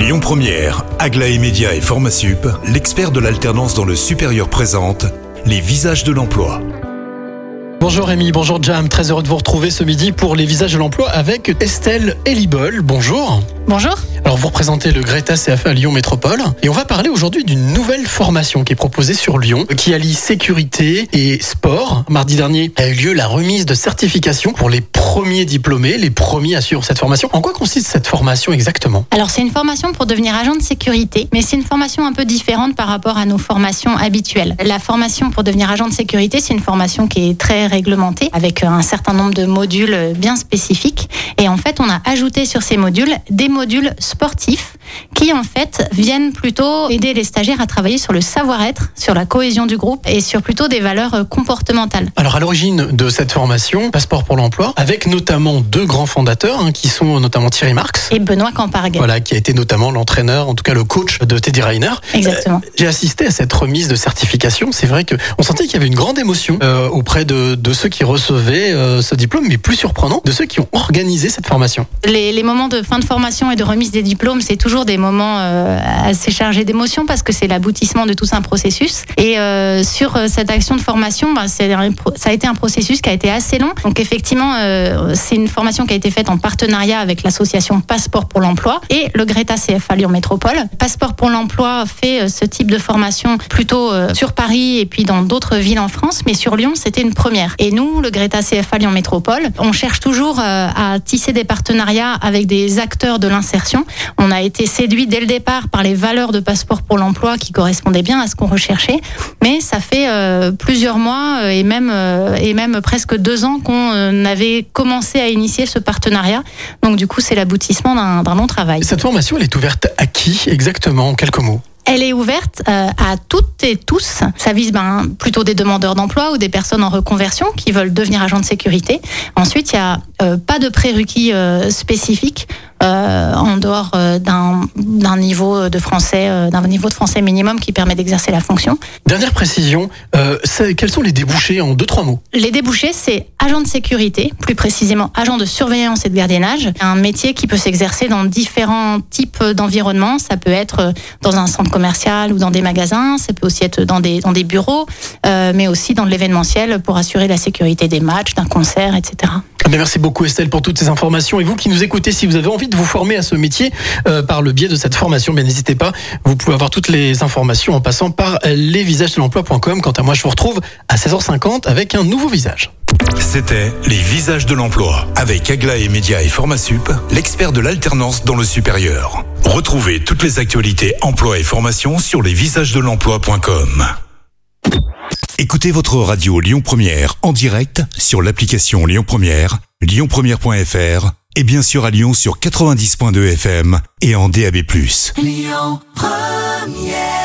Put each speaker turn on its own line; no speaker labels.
Lyon Première, Aglaé Média et Formasup, l'expert de l'alternance dans le supérieur présente les visages de l'emploi.
Bonjour Rémi, bonjour Jam, très heureux de vous retrouver ce midi pour les visages de l'emploi avec Estelle Elibol. Bonjour.
Bonjour.
Alors vous représentez le Greta CFA à Lyon Métropole et on va parler aujourd'hui d'une nouvelle formation qui est proposée sur Lyon qui allie sécurité et sport. Mardi dernier a eu lieu la remise de certification pour les premiers diplômés, les premiers à suivre cette formation. En quoi consiste cette formation exactement ?
Alors c'est une formation pour devenir agent de sécurité, mais c'est une formation un peu différente par rapport à nos formations habituelles. La formation pour devenir agent de sécurité, c'est une formation qui est très réglementée avec un certain nombre de modules bien spécifiques. Et en fait, on a ajouté sur ces modules des modules sportifs qui en fait viennent plutôt aider les stagiaires à travailler sur le savoir-être, sur la cohésion du groupe et sur plutôt des valeurs comportementales.
Alors à l'origine de cette formation, Passeport pour l'emploi, avec notamment deux grands fondateurs qui sont notamment Thierry Marx
et Benoît Campargue.
Voilà, qui a été notamment l'entraîneur, en tout cas le coach de Teddy Riner.
Exactement.
J'ai assisté à cette remise de certification. C'est vrai qu'on sentait qu'il y avait une grande émotion auprès de ceux qui recevaient ce diplôme, mais plus surprenant, de ceux qui ont organisé cette formation.
Les moments de fin de formation et de remise des diplômes, c'est toujours des moments assez chargés d'émotions parce que c'est l'aboutissement de tout un processus. Et sur cette action de formation, ça a été un processus qui a été assez long. Donc effectivement, c'est une formation qui a été faite en partenariat avec l'association Passeport pour l'emploi et le Greta CFA Lyon Métropole. Passeport pour l'emploi fait ce type de formation plutôt sur Paris et puis dans d'autres villes en France, mais sur Lyon, c'était une première. Et nous, le Greta CFA Lyon Métropole, on cherche toujours à tisser des partenariats avec des acteurs de l'insertion. On a été séduit dès le départ par les valeurs de Passeport pour l'emploi qui correspondaient bien à ce qu'on recherchait, mais ça fait plusieurs mois et même presque 2 ans qu'on avait commencé à initier ce partenariat. Donc du coup, c'est l'aboutissement d'un long travail.
Cette formation, elle est ouverte à qui exactement, en quelques mots ?
Elle est ouverte à toutes et tous. Ça vise plutôt des demandeurs d'emploi ou des personnes en reconversion qui veulent devenir agents de sécurité. Ensuite, il n'y a pas de prérequis spécifiques en dehors d'un niveau de français minimum qui permet d'exercer la fonction.
Dernière précision, quels sont les débouchés en 2-3 mots ?
Les débouchés, c'est agent de sécurité, plus précisément agent de surveillance et de gardiennage. Un métier qui peut s'exercer dans différents types d'environnements. Ça peut être dans un centre commercial ou dans des magasins. Ça peut aussi être dans des bureaux, mais aussi dans l'événementiel pour assurer la sécurité des matchs, d'un concert, etc.
Merci beaucoup Estelle pour toutes ces informations. Et vous qui nous écoutez, si vous avez envie de vous former à ce métier par le biais de cette formation, n'hésitez pas. Vous pouvez avoir toutes les informations en passant par lesvisagesdelemploi.com. Quant à moi, je vous retrouve à 16h50 avec un nouveau visage.
C'était les visages de l'emploi avec Aglaé Média et Formasup, l'expert de l'alternance dans le supérieur. Retrouvez toutes les actualités emploi et formation sur lesvisagesdelemploi.com. Écoutez votre radio Lyon Première en direct sur l'application Lyon Première, lyonpremière.fr et bien sûr à Lyon sur 90.2 FM et en DAB+.
Lyon Première.